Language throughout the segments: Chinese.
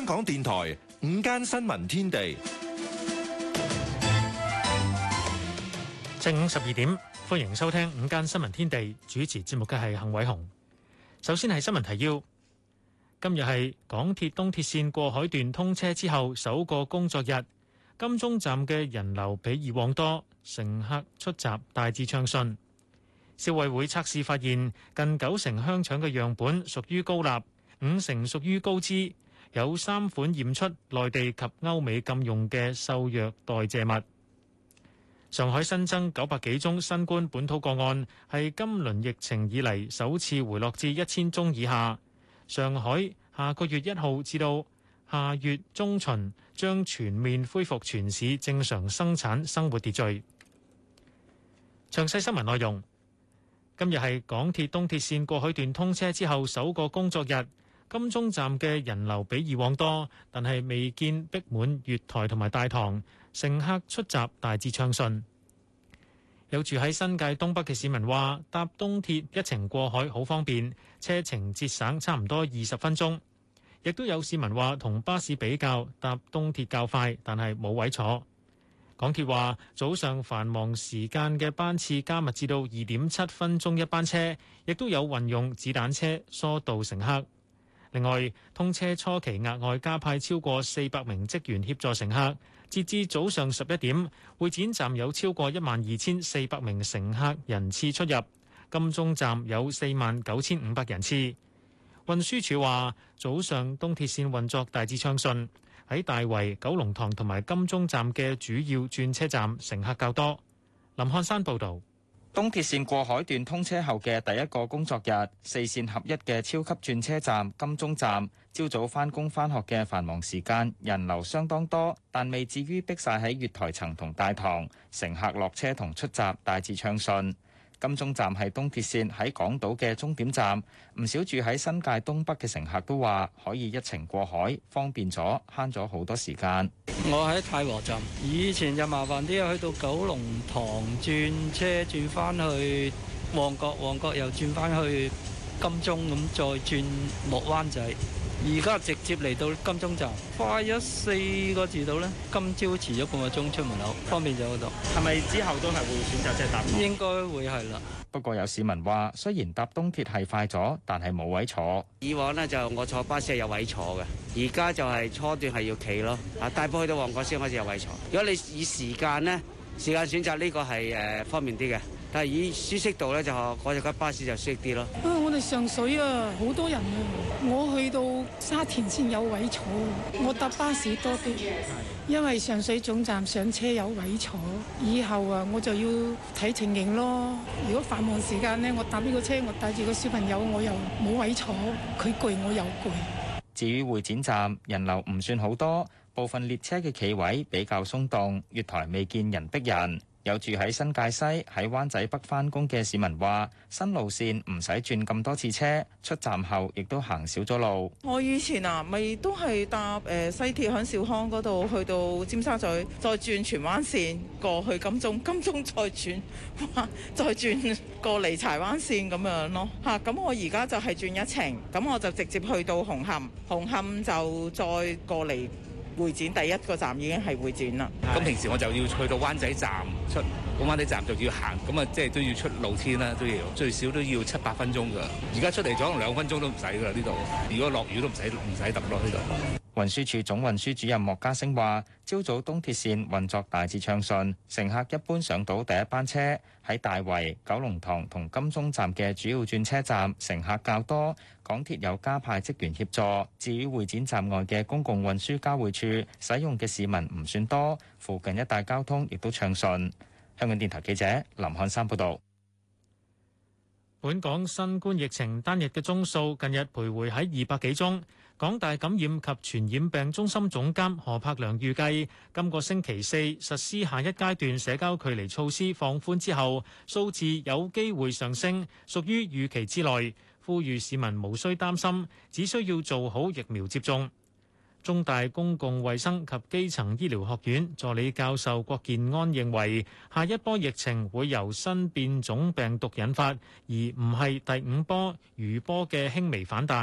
香港電台午間新聞天地， 正午12點，歡迎收聽午間新聞天地。主持節目嘅係幸偉雄。首先係新聞提要。今日係港鐵東鐵線過海段通車之後首個工作日，金鐘站嘅人流比以往多，乘客出閘大致暢順。消委會測試發現，近90成香腸嘅樣本屬於高鈉，5成屬於高脂，有3款驗出內地及歐美禁用嘅獸藥代謝物。上海新增900幾宗新冠本土個案，係今輪疫情以嚟首次回落至1000宗以下。上海下個月1號至到下月中旬將全面恢復全市正常生產生活秩序。詳細新聞內容。今日係港鐵東鐵線過海段通車之後首個工作日，金鐘站嘅人流比以往多，但係未見逼滿月台同埋大堂，乘客出閘大致暢順。有住喺新界東北嘅市民話，搭東鐵一程過海好方便，車程節省差唔多20分鐘。亦都有市民話，同巴士比較，搭東鐵較快，但係冇位坐。港鐵話，早上繁忙時間嘅班次加密至到2.7分鐘一班車，亦都有運用子彈車疏導乘客。另外，通車初期額外加派超過400名職員協助乘客。截至早上11點，會展站有超過12400名乘客人次出入，金鐘站有49500人次。運輸署話，早上東鐵線運作大致暢順，喺大圍、九龍塘同埋金鐘站嘅主要轉車站乘客較多。林漢山報導。 東鐵線過海段通車後嘅第一個工作日，4線合一嘅超級轉車站金鐘站，朝早返工返學嘅繁忙時間人流相當多，但未至於逼晒喺月台層同大堂，乘客落車同出閘大致暢順。金鐘站係東鐵線喺港島嘅終點站，唔少住喺新界東北嘅乘客都話可以一程過海，方便咗，慳咗好多時間。 我喺太和站，以前就麻煩啲，去到九龍塘轉車轉翻去旺角，旺角又轉翻去金鐘，咁再轉落灣仔。而家直接嚟到金鐘站，快咗4個字到呢。今朝遲咗半個鐘出門口，方便咗好多。係咪之後都係會選擇即係搭？應該會係啦。 不過有市民話，雖然搭東鐵係快咗，但係冇位坐。 以往呢，就我坐巴士係有位坐嘅，而家就係初段係要企咯。啊，大埔去到旺角先開始有位坐。如果你以時間呢，時間選擇呢個係方便啲嘅。但係以舒適度咧，就我哋架巴士就舒適啲咯。 我哋上水啊，好多人啊！我去到沙田先有位坐，我搭巴士多啲，因為上水總站上車有位坐。以後啊，我就要睇情形咯。如果繁忙時間呢，我搭呢個車，我帶住個小朋友，我又冇位坐，佢攰我又攰。 至於會展站，人流唔算好多，部分列車嘅企位比較鬆動，月台未見人逼人。有住喺新界西喺灣仔北返工嘅市民話，新路線唔使轉咁多次車，出站後亦都行少咗路。 我以前啊，咪都係搭西鐵響兆康嗰度去到尖沙咀，再轉荃灣線過去金鐘，金鐘再轉過嚟柴灣線咁樣咯。咁我而家就係轉一程，咁我就直接去到紅磡，紅磡就再過嚟。會展第一個站已經係會展啦。 咁平時我就要去到灣仔站出，咁灣仔站就要行，咁啊即係都要出露天啦，都要最少都要7-8分鐘㗎。而家出嚟咗2分鐘都唔使㗎啦呢度。如果落雨都唔使揼落呢度。 運輸署總運輸主任莫家聲話，朝早東鐵線運作大致暢順，乘客一般上到第一班車。喺大圍、九龍塘同金鐘站嘅主要轉車站，乘客較多，港鐵有加派職員協助。至於會展站外嘅公共運輸交匯處，使用嘅市民唔算多，附近一帶交通亦都暢順。香港電台記者林漢山報導。 本港新冠疫情單日嘅宗數近日徘徊喺200幾宗。港大感染及傳染病中心總監何柏良預計，今個星期四實施下一階段社交距離措施放寬之後，數字有機會上升，屬於預期之內。呼籲市民無需擔心，只需要做好疫苗接種。中大公共衛生及基層醫療學院助理教授郭建安認為，下一波疫情會由新變種病毒引發，而唔係第5波餘波嘅輕微反彈。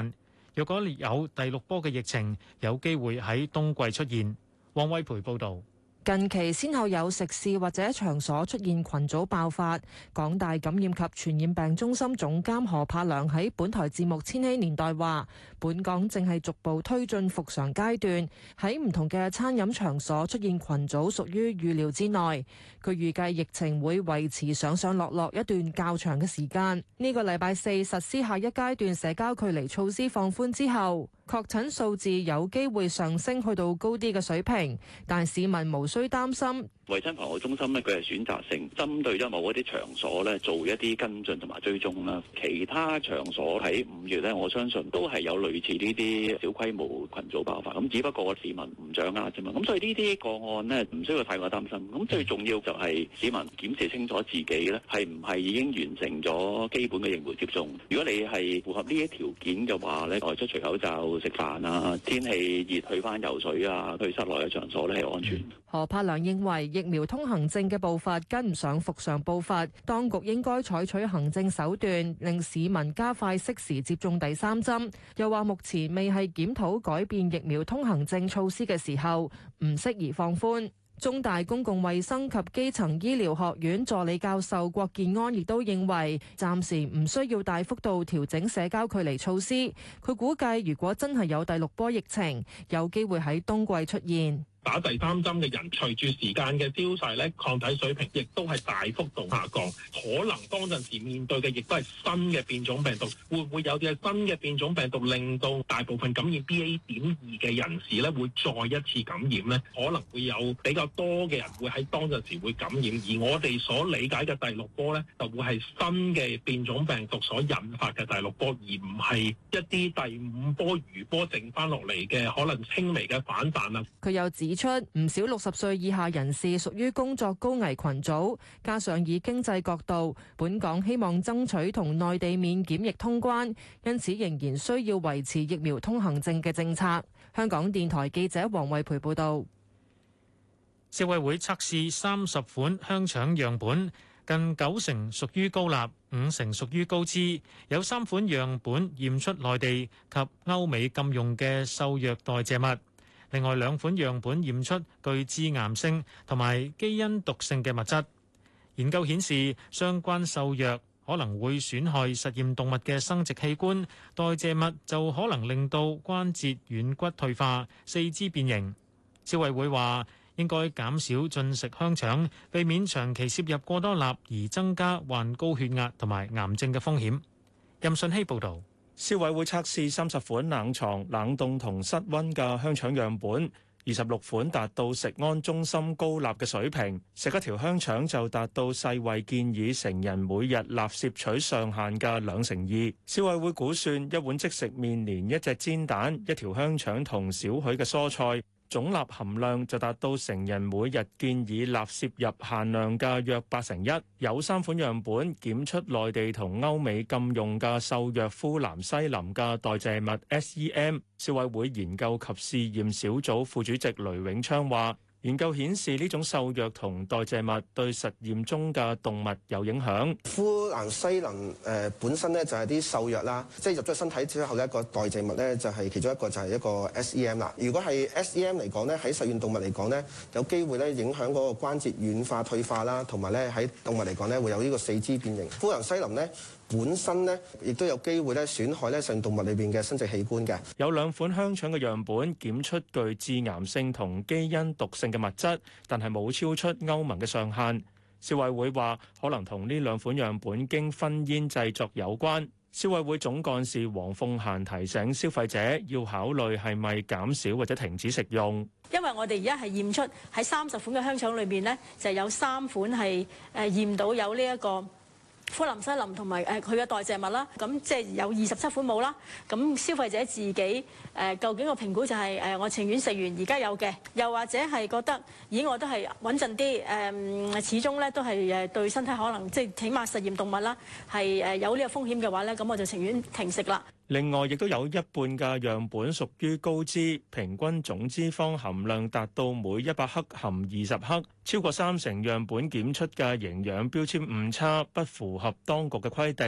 若果有第6波嘅疫情，有機會喺冬季出現。汪威培報導。 近期先後有食肆或者場所出現群組爆發，港大感染及傳染病中心總監何柏良喺本台節目《千禧年代》話，本港正係逐步推進復常階段，喺唔同嘅餐飲場所出現群組屬於預料之內。佢預計疫情會維持上上落落一段較長嘅時間。呢個禮拜四實施下一階段社交距離措施放寬之後，確診數字有機會上升去到高啲嘅水平，但市民無需擔心。 衞生防護中心咧，佢係選擇性針對咗某一啲場所咧，做一啲跟進同埋追蹤啦。其他場所喺5月咧，我相信都係有類似呢啲小規模群組爆發，咁只不過市民唔掌握啫嘛。咁所以呢啲個案呢，唔需要太過擔心。咁最重要就係市民檢視清楚自己咧，係唔係已經完成咗基本嘅疫苗接種。如果你係符合呢啲條件嘅話咧，外出除口罩、食飯啊，天氣熱去翻游水啊，去室內嘅場所咧係安全。 何柏良認為疫苗通行證嘅步伐跟唔上復常步伐，當局應該採取行政手段，令市民加快適時接種第3針。又話目前未係檢討改變疫苗通行證措施嘅時候，唔適宜放寬。中大公共衛生及基層醫療學院助理教授郭建安亦都認為，暫時唔需要大幅度調整社交距離措施。佢估計，如果真係有第6波疫情，有機會喺冬季出現。 打第3針嘅人，隨住時間嘅消逝咧，抗體水平亦都係大幅度下降。可能當陣時面對嘅亦都係新嘅變種病毒，會唔會有啲新嘅變種病毒令到大部分感染 BA.2 嘅人士咧，會再一次感染咧？可能會有比較多嘅人會喺當陣時會感染，而我哋所理解嘅第6波咧，就會係新嘅變種病毒所引發嘅第6波，而唔係一啲第5波餘波剩翻落嚟嘅可能輕微嘅反彈啊。 佢又指出唔少60歲以下人士屬於工作高危群組，加上以經濟角度，本港希望爭取同內地免檢疫通關，因此仍然需要維持疫苗通行證嘅政策。香港電台記者黃慧培報道。 消委會測試30款香腸樣本，近90%屬於高鈉，5成屬於高脂，有3款樣本驗出內地及歐美禁用嘅獸藥代謝物。另外2款樣本驗出具致癌性同埋基因毒性嘅物質。研究顯示，相關獸藥可能會損害實驗動物嘅生殖器官，代謝物就可能令到關節軟骨退化、四肢變形。消委會話應該減少進食香腸，避免長期攝入過多鈉而增加患高血壓同埋癌症嘅風險。任信希報導。 消委會測試30款冷藏、冷凍同室溫嘅香腸樣本，26款達到食安中心高鈉嘅水平，食一條香腸就達到世衛建議成人每日鈉攝取上限嘅2/2。消委會估算一碗即食麵連一隻煎蛋、一條香腸同少許嘅蔬菜，總鈉含量就達到成人每日建議鈉攝入限量嘅約1/8。有3款樣本檢出內地同歐美禁用嘅獸藥呋喃西林嘅代謝物 SEM。消委會研究及試驗小組副主席雷永昌話，研究顯示呢種獸藥同代謝物對實驗中嘅動物有影響。 呋喃西林本身咧就係啲獸藥啦，即係入咗身體之後咧個代謝物咧就係其中一個就係一個 SEM 啦。如果係 SEM 嚟講咧，喺實驗動物嚟講咧，有機會咧影響嗰個關節軟化退化啦，同埋咧喺動物嚟講咧會有呢個四肢變形。呋喃西林咧本身咧亦都有機會咧損害咧實驗動物裏邊嘅生殖器官嘅。 有2款香腸嘅樣本檢出具致癌性同基因毒性嘅物質，但係冇超出歐盟嘅上限。消委會話可能同呢2款樣本經燻煙製作有關。消委會總幹事黃鳳嫻提醒消費者要考慮係咪減少或者停止食用。 因為我哋而家係驗出喺30款嘅香腸裏邊呢，就有3款係驗到有呢一個呋喃西林同埋佢嘅代謝物啦，咁即係有27款冇啦。咁消費者自己究竟個評估就係我情願食完而家有嘅，又或者係覺得咦我都係穩陣啲始終咧都係對身體可能即係起碼實驗動物啦係有呢個風險嘅話咧，咁我就情願停食啦。 另外，亦都有一半嘅樣本屬於高脂，平均總脂肪含量達到每100克含20克，超過30%樣本檢出嘅營養標籤誤差，不符合當局嘅規定。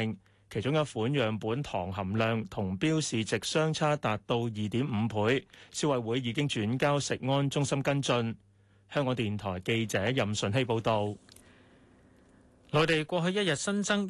其中一款樣本糖含量同標示值相差達到2.5倍，消委會已經轉交食安中心跟進。香港電台記者任順希報導。 內地過去一日新增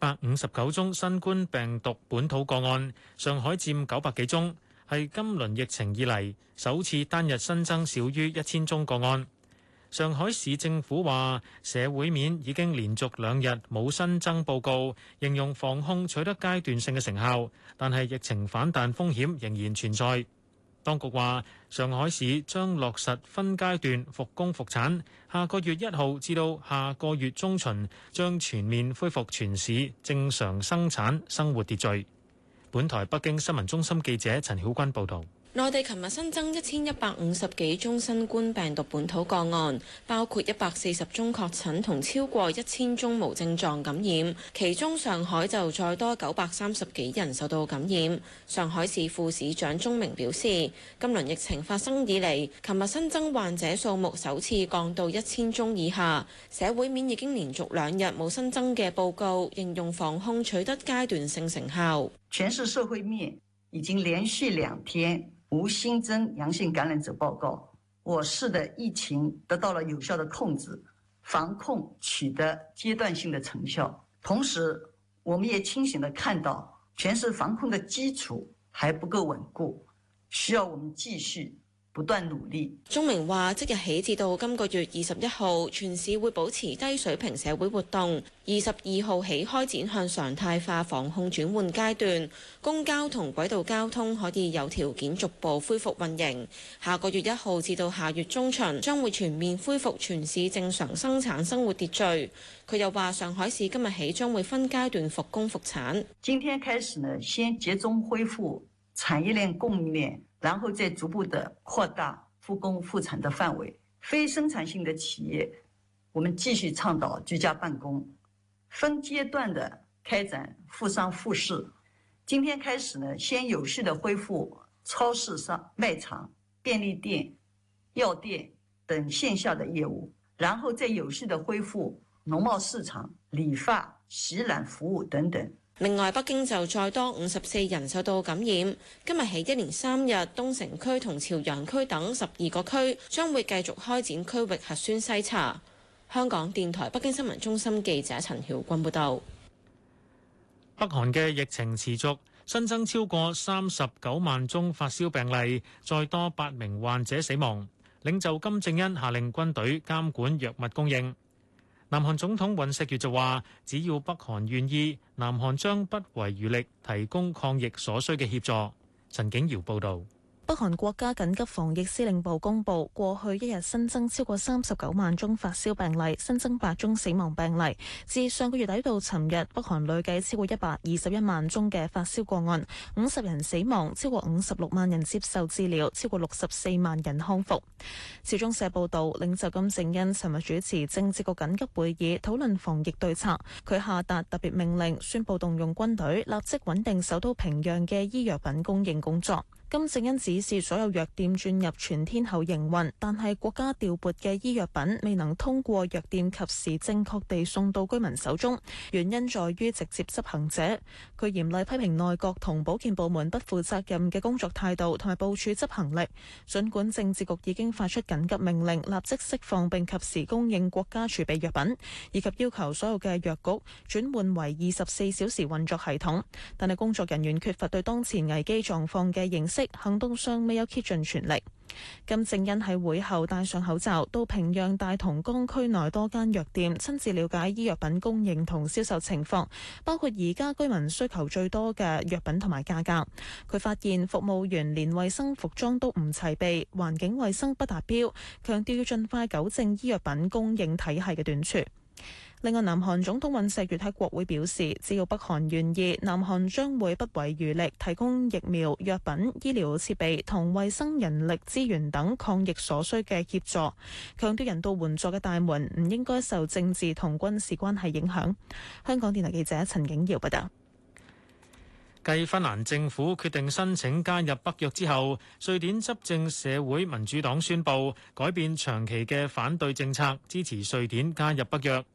1159宗新冠病毒本土個案，上海佔900幾宗，係今輪疫情以嚟首次單日新增少於1000宗個案。上海市政府話，社會面已經連續2日冇新增報告，形容防控取得階段性嘅成效，但係疫情反彈風險仍然存在。當局話，上海市將落實分階段復工復產，下個月1號至到下個月中旬將全面恢復全市正常生產生活秩序。本台北京新聞中心記者陳曉君報導。 內地琴日新增1150幾宗新冠病毒本土個案，包括140宗確診同超過1000宗無症狀感染，其中上海就再多930幾人受到感染。上海市副市長鐘明表示，今輪疫情發生以嚟，琴日新增患者數目首次降到1000宗以下，社會面已經連續2日冇新增嘅報告，形容防控取得階段性成效。 全市社會面已經連續2天無新增陽性感染者報告，我市的疫情得到了有效的控制，防控取得階段性的成效。同時，我們也清醒地看到，全市防控的基礎還不夠穩固，需要我們繼續不斷努力。 鐘明話，即日起至到今個月21號，全市會保持低水平社會活動。22號起開展向常態化防控轉換階段，公交同軌道交通可以有條件逐步恢復運營。下個月1號至到下月中旬，將會全面恢復全市正常生產生活秩序。佢又話，上海市今日起將會分階段復工復產。 今天開始呢，先集中恢復產業鏈供應鏈，然後再逐步的擴大復工復產的範圍。非生產性的企業，我們繼續倡導居家辦公，分階段的開展復商復市。今天開始呢，先有序的恢復超市商賣場、便利店、藥店等線下的業務，然後再有序的恢復農貿市場、理髮、洗染服務等等。 另外，北京就再多54人受到感染。今日起1連3日，東城區同朝陽區等12個區將會繼續開展區域核酸篩查。香港電台北京新聞中心記者陳曉君報導。 北韓嘅疫情持續，新增超過39萬宗發燒病例，再多8名患者死亡。領袖金正恩下令軍隊監管藥物供應。南韓總統尹錫悅就話，只要北韓願意，南韓將不遺餘力提供抗疫所需嘅協助。陳景堯報導。 北韓國家緊急防疫司令部公布，過去一日新增超過39萬宗發燒病例，新增8宗死亡病例。自上個月底到尋日，北韓累計超過121萬宗嘅發燒個案，50人死亡，超過56萬人接受治療，超過64萬人康復。朝中社報導，領袖金正恩尋日主持政治局緊急會議，討論防疫對策。佢下達特別命令，宣布動用軍隊，立即穩定首都平壤嘅醫藥品供應工作。金正恩指示所有藥店轉入全天候營運，但係國家調撥嘅醫藥品未能通過藥店及時正確地送到居民手中，原因在於直接執行者。佢嚴厲批評內閣同保健部門不負責任嘅工作態度同埋部署執行力。儘管政治局已經發出緊急命令，立即釋放並及時供應國家儲備藥品，以及要求所有嘅藥局轉換為24小時運作系統，但係工作人員缺乏對當前危機狀況嘅認識，行動上未有竭盡全力。金正恩喺會後戴上口罩，到平壤大同江區內多間藥店親自了解醫藥品供應同銷售情況，包括而家居民需求最多嘅藥品同埋價格。佢發現服務員連衛生服裝都唔齊備，環境衛生不達標，強調要盡快糾正醫藥品供應體系嘅短處。另外，南韓總統尹錫悅喺國會表示，只要北韓願意，南韓將會不遺餘力提供疫苗、藥品、醫療設備同衛生人力資源等抗疫所需嘅協助，強調人道援助嘅大門唔應該受政治同軍事關係影響。香港電台記者陳景堯報道。 繼芬蘭政府決定申請加入北約之後，瑞典執政社會民主黨宣布改變長期嘅反對政策，支持瑞典加入北約。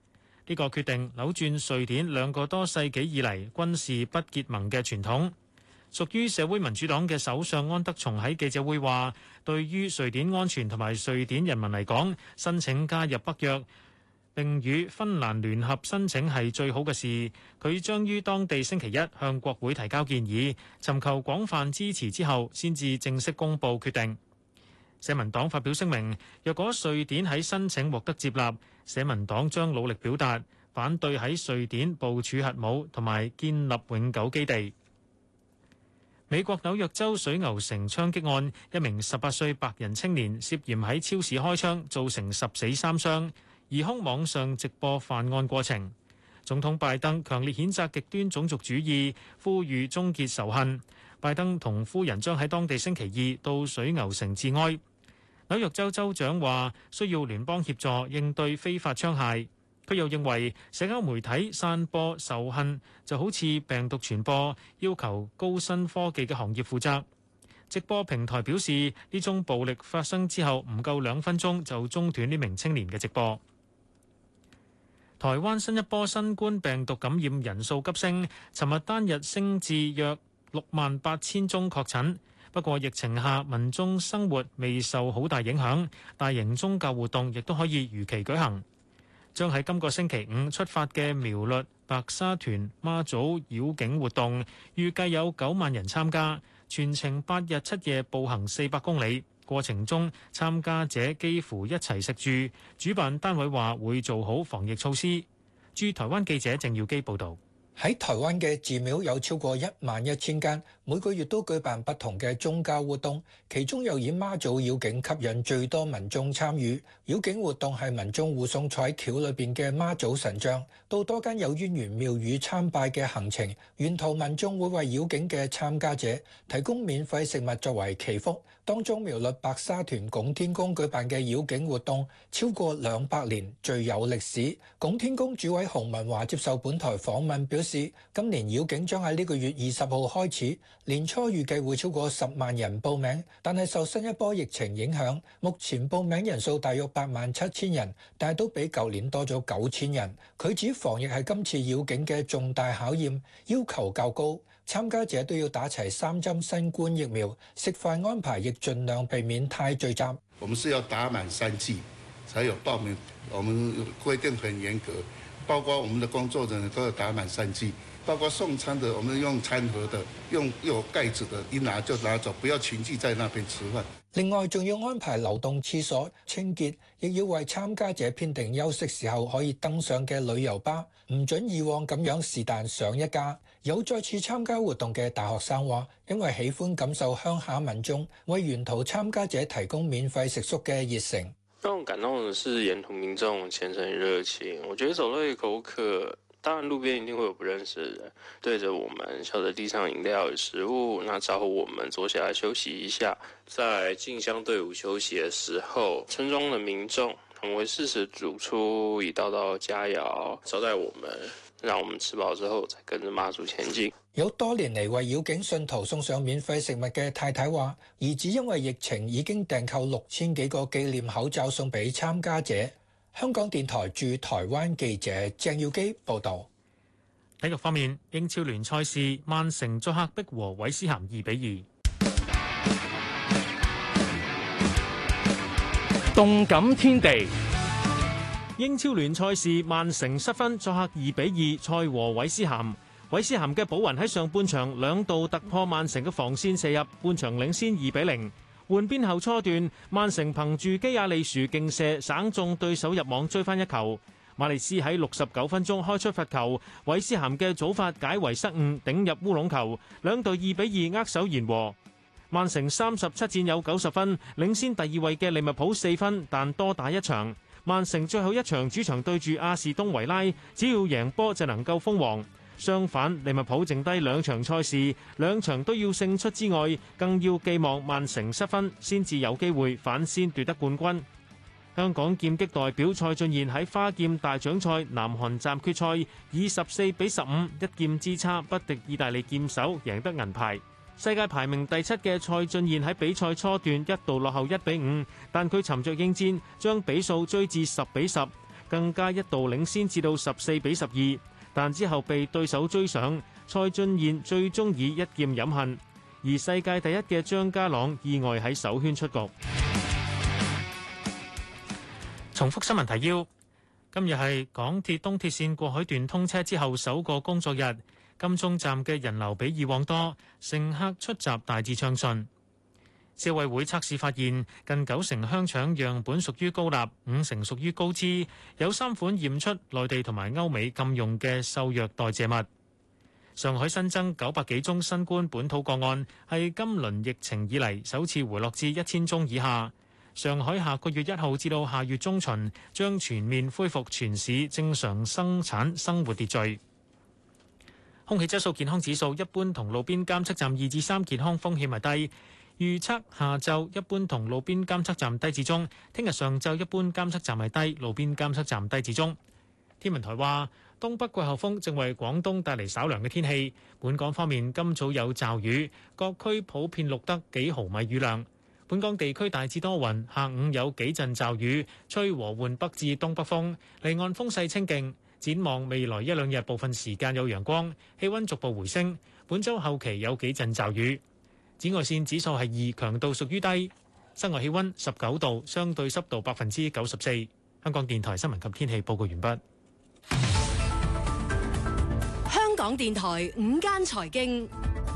呢個決定扭轉瑞典2個多世紀以嚟軍事不結盟嘅傳統。屬於社會民主黨嘅首相安德松喺記者會話，對於瑞典安全同埋瑞典人民嚟講，申請加入北約並與芬蘭聯合申請係最好嘅事。佢將於當地星期一向國會提交建議，尋求廣泛支持之後先至正式公佈決定。社民黨發表聲明，若果瑞典喺申請獲得接納，社民黨將努力表達反對喺瑞典部署核武同埋建立永久基地。美國紐約州水牛城槍擊案，一名18歲白人青年涉嫌喺超市開槍，造成10死3傷，疑兇網上直播犯案過程。總統拜登強烈譴責極端種族主義，呼籲終結仇恨。拜登同夫人將喺當地星期2到水牛城致哀。紐約州州長話需要聯邦協助應對非法槍械。佢又認為社交媒體散播仇恨就好似病毒傳播，要求高新科技嘅行業負責。直播平台表示，呢宗暴力發生之後唔夠2分鐘就中斷呢名青年嘅直播。台灣新一波新冠病毒感染人數急升，尋日單日升至約68,000宗確診。不過疫情下民眾生活未受好大影響，大型宗教活動亦都可以如期舉行。將喺今個星期5出發嘅苗栗白沙屯媽祖繞境活動，預計有9萬人參加，全程8日7夜步行400公里。過程中參加者幾乎一齊食住，主辦單位話會做好防疫措施。駐台灣記者鄭耀基報導。 喺台灣嘅寺廟有超過11000間，每個月都舉辦不同嘅宗教活動，其中又以媽祖繞境吸引最多民眾參與。繞境活動係民眾護送坐喺轎裏邊嘅媽祖神像到多間有淵源廟宇參拜嘅行程，沿途民眾會為繞境嘅參加者提供免費食物作為祈福。當中苗栗白沙屯拱天宮舉辦嘅繞境活動超過200年，最有歷史。拱天宮主委洪文華接受本台訪問表示，今年繞境將喺呢個月20號開始，年初預計會超過10萬人報名，但係受新一波疫情影響，目前報名人數大約87000人，但係都比舊年多咗9000人。佢指防疫係今次繞境嘅重大考驗，要求較高。參加者都要打齊3針新冠疫苗，食飯安排亦盡量避免太聚集。 我們是要打滿3劑才有報名，我們規定很嚴格，包括我們的工作人員都要打滿3劑，包括送餐的，我們用餐盒的，用有蓋子的，一拿就拿走，不要群聚在那邊吃飯。 另外，仲要安排流動廁所清潔，亦要為參加者編定休息時候可以登上嘅旅遊巴，唔准以往咁樣是但上一架。有再次參加活動嘅大學生話，因為喜歡感受鄉下民眾為沿途參加者提供免費食宿嘅熱誠。 讓我感動的是沿途民眾虔誠熱情，我覺得走得口渴。當然，路邊一定會有不認識的人對着我們曉得地上飲料與食物，那招呼我們坐下來休息一下。在進香隊伍休息的時候，村莊的民眾很會適時煮出一道道佳肴招待我們，讓我們吃飽之後再跟着媽祖前進。 有多年嚟為繞境信徒送上免費食物嘅太太話，兒子因為疫情已經訂購6000幾個紀念口罩送俾參加者。香港電台駐台灣記者鄭耀基報導。 體育方面，英超聯賽事，曼城作客逼和韋斯咸2-2。 動感天地。 英超聯賽事，曼城失分，作客2-2賽和韋斯咸。韋斯咸嘅保雲喺上半場2度突破曼城嘅防線射入，半場領先2-0。換邊後初段，曼城憑住基亞利殊勁射省中對手入網追翻一球。馬利斯喺69分鐘開出罰球，韋斯咸嘅早發解圍失誤頂入烏龍球，兩隊2-2握手言和。曼城37戰有90分，領先第2位嘅利物浦4分，但多打一場。曼城最後一場主場對住阿士東維拉，只要贏波就能夠封王。相反，利物浦剩低2場賽事，2場都要勝出之外，更要寄望曼城失分，先至有機會反先奪得冠軍。香港劍擊代表蔡俊彥喺花劍大獎賽南韓站決賽，以14-15一劍之差不敵意大利劍手，贏得銀牌。世界排名第7嘅蔡俊彥喺比賽初段一度落後1-5，但佢沉着應戰，將比數追至10-10。 更加一度領先至到14-12，但之後被對手追上。蔡俊彥最終以一劍飲恨，而世界第一嘅張家朗意外喺首圈出局。重複新聞提要：今日係港鐵東鐵線過海段通車之後首個工作日，金鐘站嘅人流比以往多，乘客出閘大致暢順。消委會測試發現，近9成香腸樣本屬於高鈉，5成屬於高脂，有3款驗出內地同埋歐美禁用嘅獸藥代謝物。上海新增900幾宗新冠本土個案，係今輪疫情以嚟首次回落至1000宗以下。上海下個月1號至到下月中旬將全面恢復全市正常生產生活秩序。空氣質素健康指數一般同路邊監測站2至3，健康風險係低。預測下晝一般同路邊監測站低至中，聽日上晝一般監測站係低，路邊監測站低至中。天文台話，東北季候風正為廣東帶嚟稍涼嘅天氣。本港方面，今早有驟雨，各區普遍錄得幾毫米雨量。本港地區大致多雲，下午有幾陣驟雨，吹和緩北至東北風，離岸風勢清勁。展望未來1-2日，部分時間有陽光，氣溫逐步回升。本週後期有幾陣驟雨。紫外線指數係2，強度屬於低。室外氣溫19度，相對濕度94%。香港電台新聞及天氣報告完畢。 香港電台午間財經，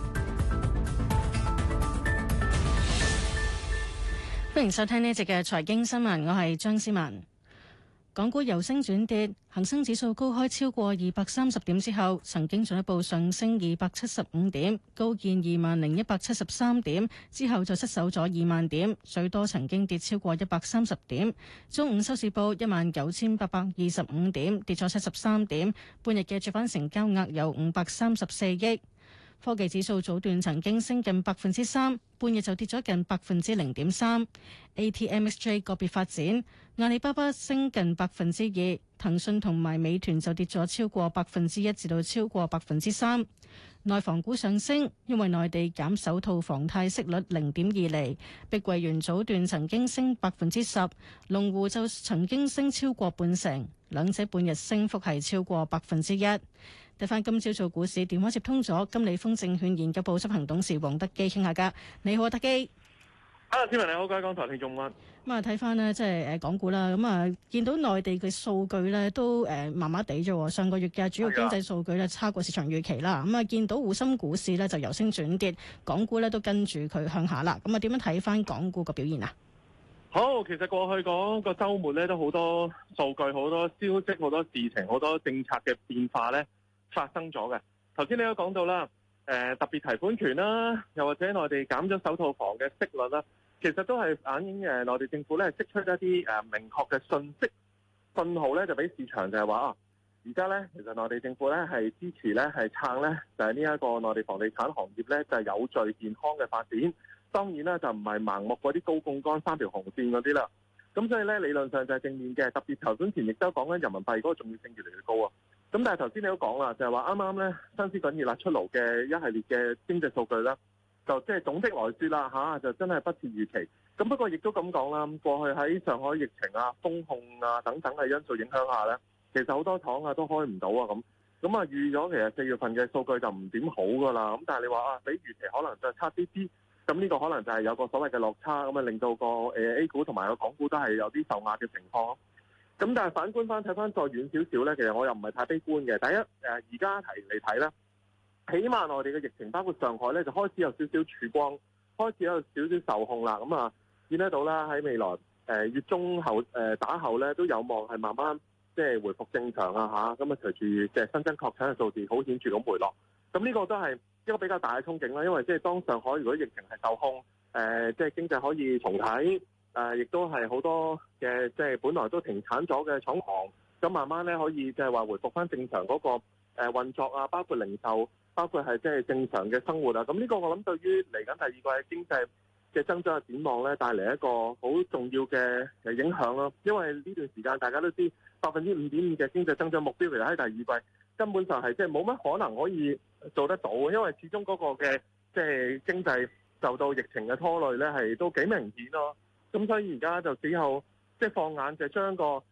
歡迎收聽呢一節嘅財經新聞，我係張思文。港股由升轉跌，恒生指數高開超過230點之後，曾經進一步上升275點，高見20,173點，之後就失守咗2萬點，最多曾經跌超過130點。中午收市報19,825點，跌咗73點。半日嘅主板成交額有534億。科技指數早段曾經升近3%，半日就跌咗近0.3%。ATMXJ 個別發展，阿里巴巴升近2%，騰訊同埋美團就跌咗超過1%至到超過3%。內房股上升，因為內地減首套房貸息率0.2厘。碧桂園早段曾經升10%，龍湖就曾經升超過半成，兩者半日升幅係超過1%。睇翻今朝做股市，電話接通咗金利豐證券研究部執行董事黃德基傾下㗎。你好，德基。 天文你好，各位港台聽眾們。 咁啊，睇翻呢，即係港股啦。咁啊，見到內地嘅數據呢都麻麻地啫。上個月嘅主要經濟數據呢差過市場預期啦。咁啊，見到滬深股市呢就由升轉跌，港股呢都跟住佢向下啦。咁啊，點樣睇翻港股個表現啊？ 好，其實過去嗰個週末呢都好多數據、好多消息、好多事情、好多政策嘅變化呢發生咗嘅。頭先你都講到啦，特別提款權啦，又或者內地減咗首套房嘅息率啦，其實都係反映內地政府咧釋出一啲明確嘅信號咧，就俾市場就係話而家咧其實內地政府咧係支持咧係撐咧就係呢一個內地房地產行業咧就係有序健康嘅發展。當然啦，就唔係盲目嗰啲高槓桿3條紅線嗰啲啦。咁所以咧理論上就係正面嘅，特別頭先前亦都講緊人民幣嗰個重要性越嚟越高啊。咁但係頭先你都講啦，就係話啱啱咧新鮮滾熱辣出爐嘅一系列嘅經濟數據啦，就即係總的來說啦就真係不似預期。咁不過亦都咁講啦，過去喺上海疫情啊、封控啊等等嘅因素影響下咧，其實好多廠啊都開唔到啊咁啊預咗其實4月份嘅數據就唔點好噶啦。咁但係你話比預期可能就差啲啲，咁呢個可能就係有個所謂嘅落差，咁啊令到個A 股同埋個港股都係有啲受壓嘅情況。咁但係反觀翻睇翻再遠少少咧，其實我又唔係太悲觀嘅。第一而家嚟睇咧，起碼內地嘅疫情包括上海咧就開始有少少曙光，開始有少少受控啦。咁啊見得到啦，喺未來月中後打後咧都有望係慢慢即係回復正常啊嚇。咁啊隨住即係新增確診嘅數字好顯著咁回落，咁呢個都係一個比較大嘅憧憬啦。因為即係當上海如果疫情係受控，即係經濟可以重啟。亦都係好多嘅，即係本來都停產咗嘅廠房，咁慢慢咧可以即係話回復翻正常嗰個運作啊，包括零售，包括係即係正常嘅生活啊。咁呢個我諗對於嚟緊第二季經濟嘅增長嘅展望咧，帶嚟一個好重要嘅影響咯。因為呢段時間大家都知5.5%嘅經濟增長目標，其實喺第二季根本上係即係冇乜可能可以做得到，因為始終嗰個嘅即係經濟受到疫情嘅拖累咧，係都幾明顯咯。咁所以而家就只有即係放眼就將個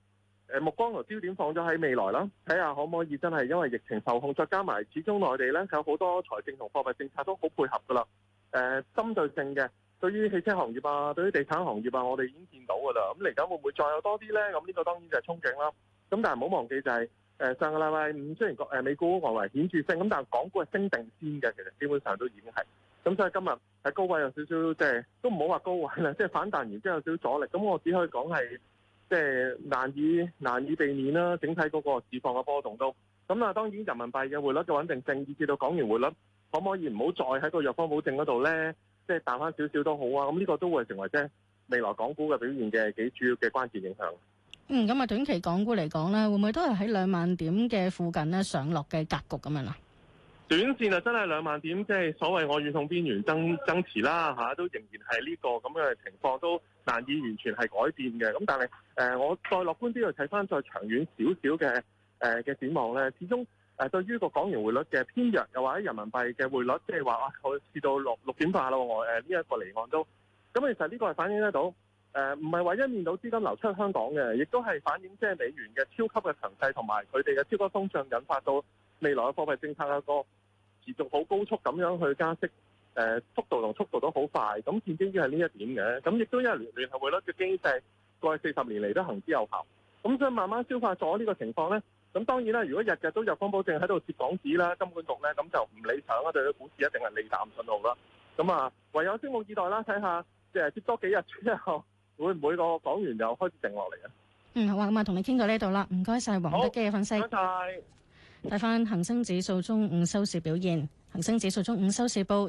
目光同焦點放咗喺未來啦，睇下可唔可以真係因為疫情受控，再加埋始終內地咧有好多財政同貨幣政策都好配合噶啦。針對性嘅，對於汽車行業啊，對於地產行業啊，我哋已經見到噶啦。咁嚟緊會唔會再有多啲咧？咁呢個當然就係憧憬啦。咁但係唔好忘記就係、上個禮拜五雖然美股外圍顯著升，咁但係港股係升定先嘅，其實基本上都已經係。咁所以今日喺高位有少少即係都唔好話高位啦，即係反彈完之後有少少阻力。咁我只可以講係即係難以避免啦。整體嗰個市況嘅波動都咁啊。當然人民幣嘅匯率嘅穩定性，以至到港元匯率可唔可以唔好再喺個弱方保證嗰度咧，即係彈翻少少都好啊。咁呢個都會成為即係未來港股嘅表現嘅幾主要嘅關鍵影響。 咁啊，短期港股嚟講咧，會唔會都係喺2萬點嘅附近咧上落嘅格局咁樣啊？ 短線啊，真係2萬點，即係所謂我願痛邊緣增持啦嚇，都仍然係呢個咁嘅情況，都難以完全係改變嘅。咁但係我再樂觀啲去睇翻再長遠少少嘅嘅展望咧，始終對於個港元匯率嘅偏弱，又或者人民幣嘅匯率，即係話我試到6.8咯，我呢一個離岸都咁，其實呢個係反映得到。唔係話一面倒資金流出香港嘅，亦都係反映即係美元嘅超級嘅強勢，同埋佢哋嘅超級通脹引發到未來嘅貨幣政策一個持續好高速咁樣去加息，幅度同速度都好快。咁建基於係呢一點嘅，咁亦都因為聯繫匯率嘅機制過去40年嚟都行之有效。咁所以慢慢消化咗呢個情況咧。咁當然啦，如果日日都弱方保證喺度蝕港紙啦，金管局咧咁就唔理想啦，對個股市一定係利淡信號啦。咁啊，唯有拭目以待啦，睇下即係接多幾日之後。會唔會個港元又開始定落嚟啊？ 好啊，咁啊，同你傾到呢度啦，唔該晒黃德基嘅分析。 唔該晒。 睇翻恒生指數中午收市表現，恒生指數中午收市報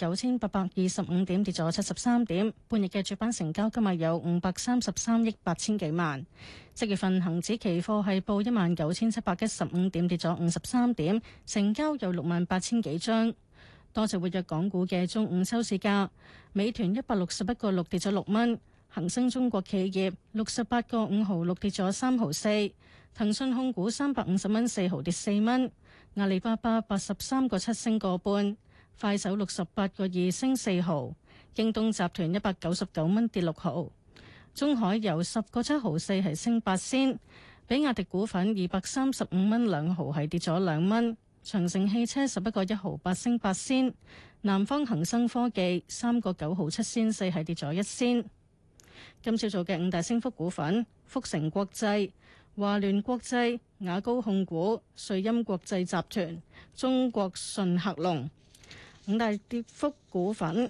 19,825點，跌咗73點。半日嘅主板成交今日有533億8千幾萬。即月份恒指期貨係報19,715點，跌咗53點，成交有68,000幾張。多隻活躍港股嘅中午收市價，美團161個6跌咗6蚊。恒生中國企業68個5毫6跌咗3毫4，騰訊控股350蚊4毫跌4蚊，阿里巴巴83個7升個半，快手68個2升4毫，京東集團199蚊跌6毫，中海油10個7毫4係升8仙，比亞迪股份235蚊2毫係跌咗2蚊，長城汽車11個1毫8升8仙，南方恒生科技3個9毫7仙4係跌咗1仙。今朝做嘅5大升幅股份：福成國際、華聯國際、雅高控股、瑞音國際集團、中國順客隆。5大跌幅股份：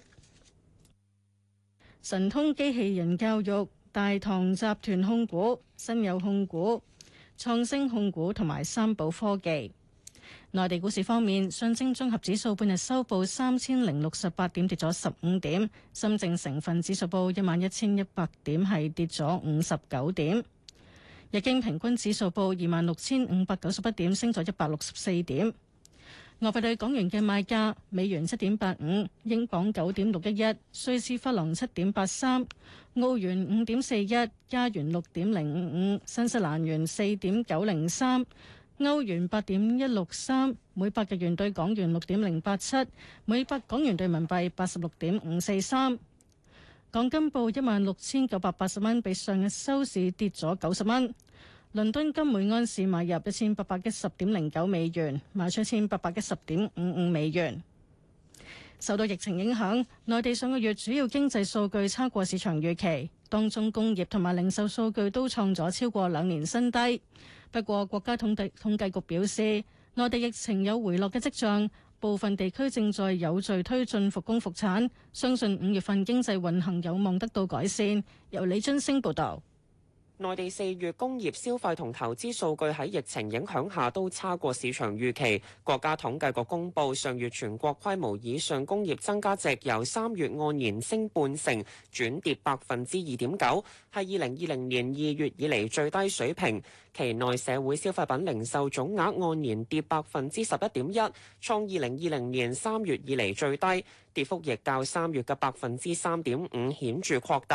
神通機器人教育、大唐集團控股、新友控股、創星控股同埋三寶科技。內地股市方面，上證綜合指數半日收報3068點，跌咗15點；深證成分指數報11100點，係跌咗59點；日經平均指數報26591點，升咗164點。外幣對港元嘅賣價：美元7.85，英鎊9.611，瑞士法郎7.83，澳元5.41，加元6.055，新西蘭元4.903。歐元8.163，每百日元對港元6.087，每百港元對人民幣86.543。港金報16,980蚊，比上日收市跌咗90蚊。倫敦金每安士買入1,810.09美元，賣出1,810.55美元。受到疫情影響，內地上個月主要經濟數據差過市場預期，當中工業同埋零售數據都創咗超過2年新低。不過，國家統計局表示，內地疫情有回落嘅跡象，部分地區正在有序推進復工復產，相信5月份經濟運行有望得到改善。由李津升報導。 內地4月工業消費同投資數據喺疫情影響下都差過市場預期。國家統計局公佈上月全國規模以上工業增加值由3月按年升半成轉跌2.9%，係2020年2月以嚟最低水平。期內社會消費品零售總額按年跌11.1%，創2020年3月以嚟最低，跌幅亦較3月嘅3.5%顯著擴大。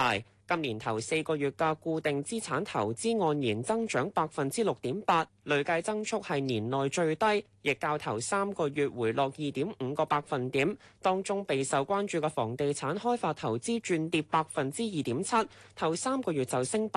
今年頭4個月嘅固定資產投資按年增長6.8%，累計增速係年內最低，亦較頭3個月回落2.5個百分點。當中備受關注嘅房地產開發投資轉跌2.7%，頭3個月就升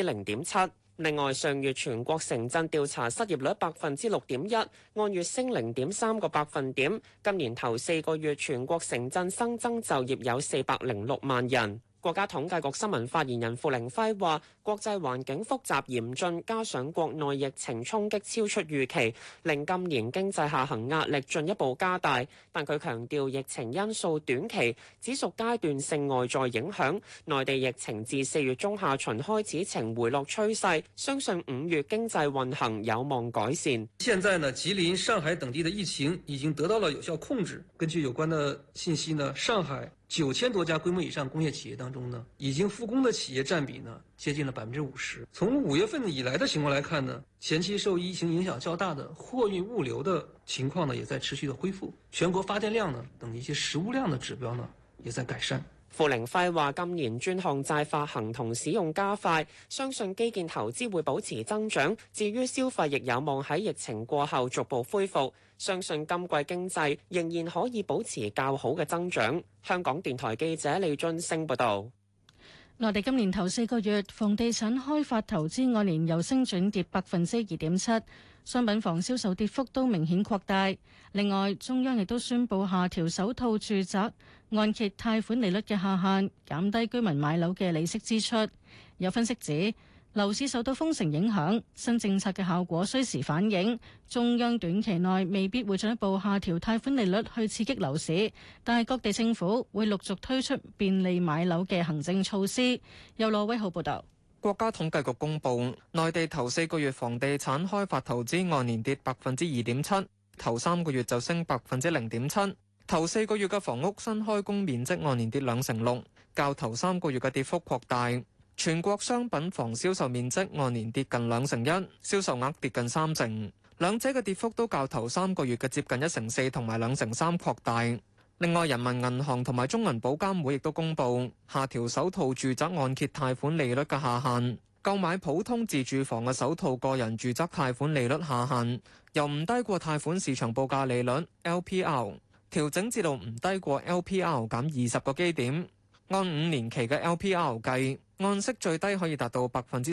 0.7%。另外，上月全國城鎮調查失業率6.1%，按月升0.3個百分點。今年頭4個月全國城鎮新增就業有406萬人。國家統計局新聞發言人付凌暉話：國際環境複雜嚴峻，加上國內疫情衝擊超出預期，令今年經濟下行壓力進一步加大。但佢強調，疫情因素短期，只屬階段性外在影響。內地疫情自4月中下旬開始呈回落趨勢，相信5月經濟運行有望改善。 現在呢，吉林、上海等地的疫情已經得到了有效控制。根據有關的信息呢，上海9000多家規模以上工業企業當中呢，已經復工的企業佔比呢接近了50%。從5月份以來的情況來看呢，前期受疫情影響較大的貨運物流的情況呢，也在持續的恢復。全國發電量呢等一些實物量的指標呢，也在改善。 付凌暉話：今年專項債發行同使用加快，相信基建投資會保持增長。至於消費，亦有望喺疫情過後逐步恢復。相信今季經濟仍然可以保持較好嘅增長。香港電台記者李津升報導。 內地今年頭4個月房地產開發投資按年由升轉跌2.7%，商品房銷售跌幅都明顯擴大。另外，中央亦都宣布下調首套住宅按揭貸款利率嘅下限，減低居民買樓嘅利息支出。有分析指，樓市受到封城影響，新政策嘅效果需時反映。中央短期內未必會進一步下調貸款利率去刺激樓市，但係各地政府會陸續推出便利買樓嘅行政措施。由羅威浩報導。 國家統計局公布，內地頭4個月房地產開發投資按年跌2.7%，頭3個月就升0.7%。頭4個月嘅房屋新開工面積按年跌6%，較頭3個月嘅跌幅擴大。全國商品房銷售面積按年跌近1%，銷售額跌近3%，兩者嘅跌幅都較頭3個月嘅接近1%4同埋2%3擴大。另外，人民銀行同埋中銀保監會亦都公布下調首套住宅按揭貸款利率嘅下限，購買普通自住房嘅首套個人住宅貸款利率下限由唔低過貸款市場報價利率 LPR 調整至到唔低過 LPR 減20個基點，按5年期嘅 LPR 計，按息最低可以達到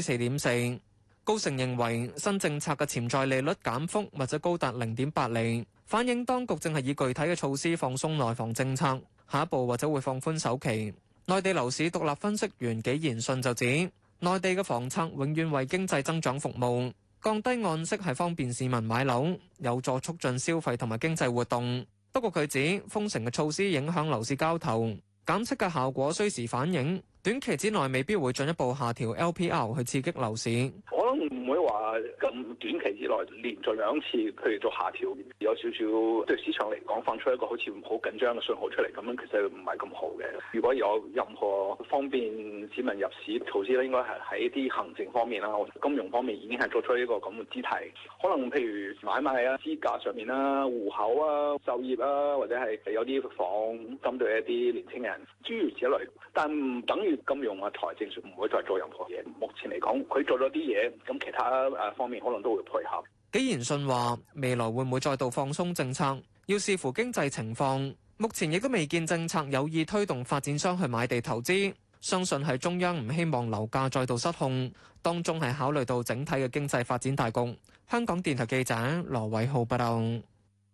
4.4%。高盛認為新政策嘅潛在利率減幅或者高達0.8厘，反映當局正係以具體嘅措施放鬆內房政策，下一步或者會放寬首期。內地樓市獨立分析員紀賢信就指，內地嘅房策永遠為經濟增長服務，降低按息係方便市民買樓，有助促進消費同埋經濟活動。不過佢指封城嘅措施影響樓市交投，減息嘅效果需時反映，短期之內未必會進一步下調 LPR 去刺激樓市。 我諗唔會話咁短期之內連續2次譬如做下調，有少少對市場嚟講放出一個好似好緊張嘅信號出嚟，咁樣其實唔係咁好嘅。如果有任何方便市民入市措施咧，應該係喺啲行政方面啦，金融方面已經係做出一個咁嘅姿態。可能譬如買賣啊、資格上面啦、戶口啊、就業啊，或者係有啲房針對一啲年輕人諸如此類，但唔等於金融啊、財政唔會再做任何嘢。目前嚟講，佢做咗啲嘢，咁其他方面可能都會配合。 紀賢信話：未來會唔會再度放鬆政策，要視乎經濟情況。目前亦都未見政策有意推動發展商去買地投資，相信係中央唔希望樓價再度失控，當中係考慮到整體嘅經濟發展大局。香港電台記者羅偉浩報道。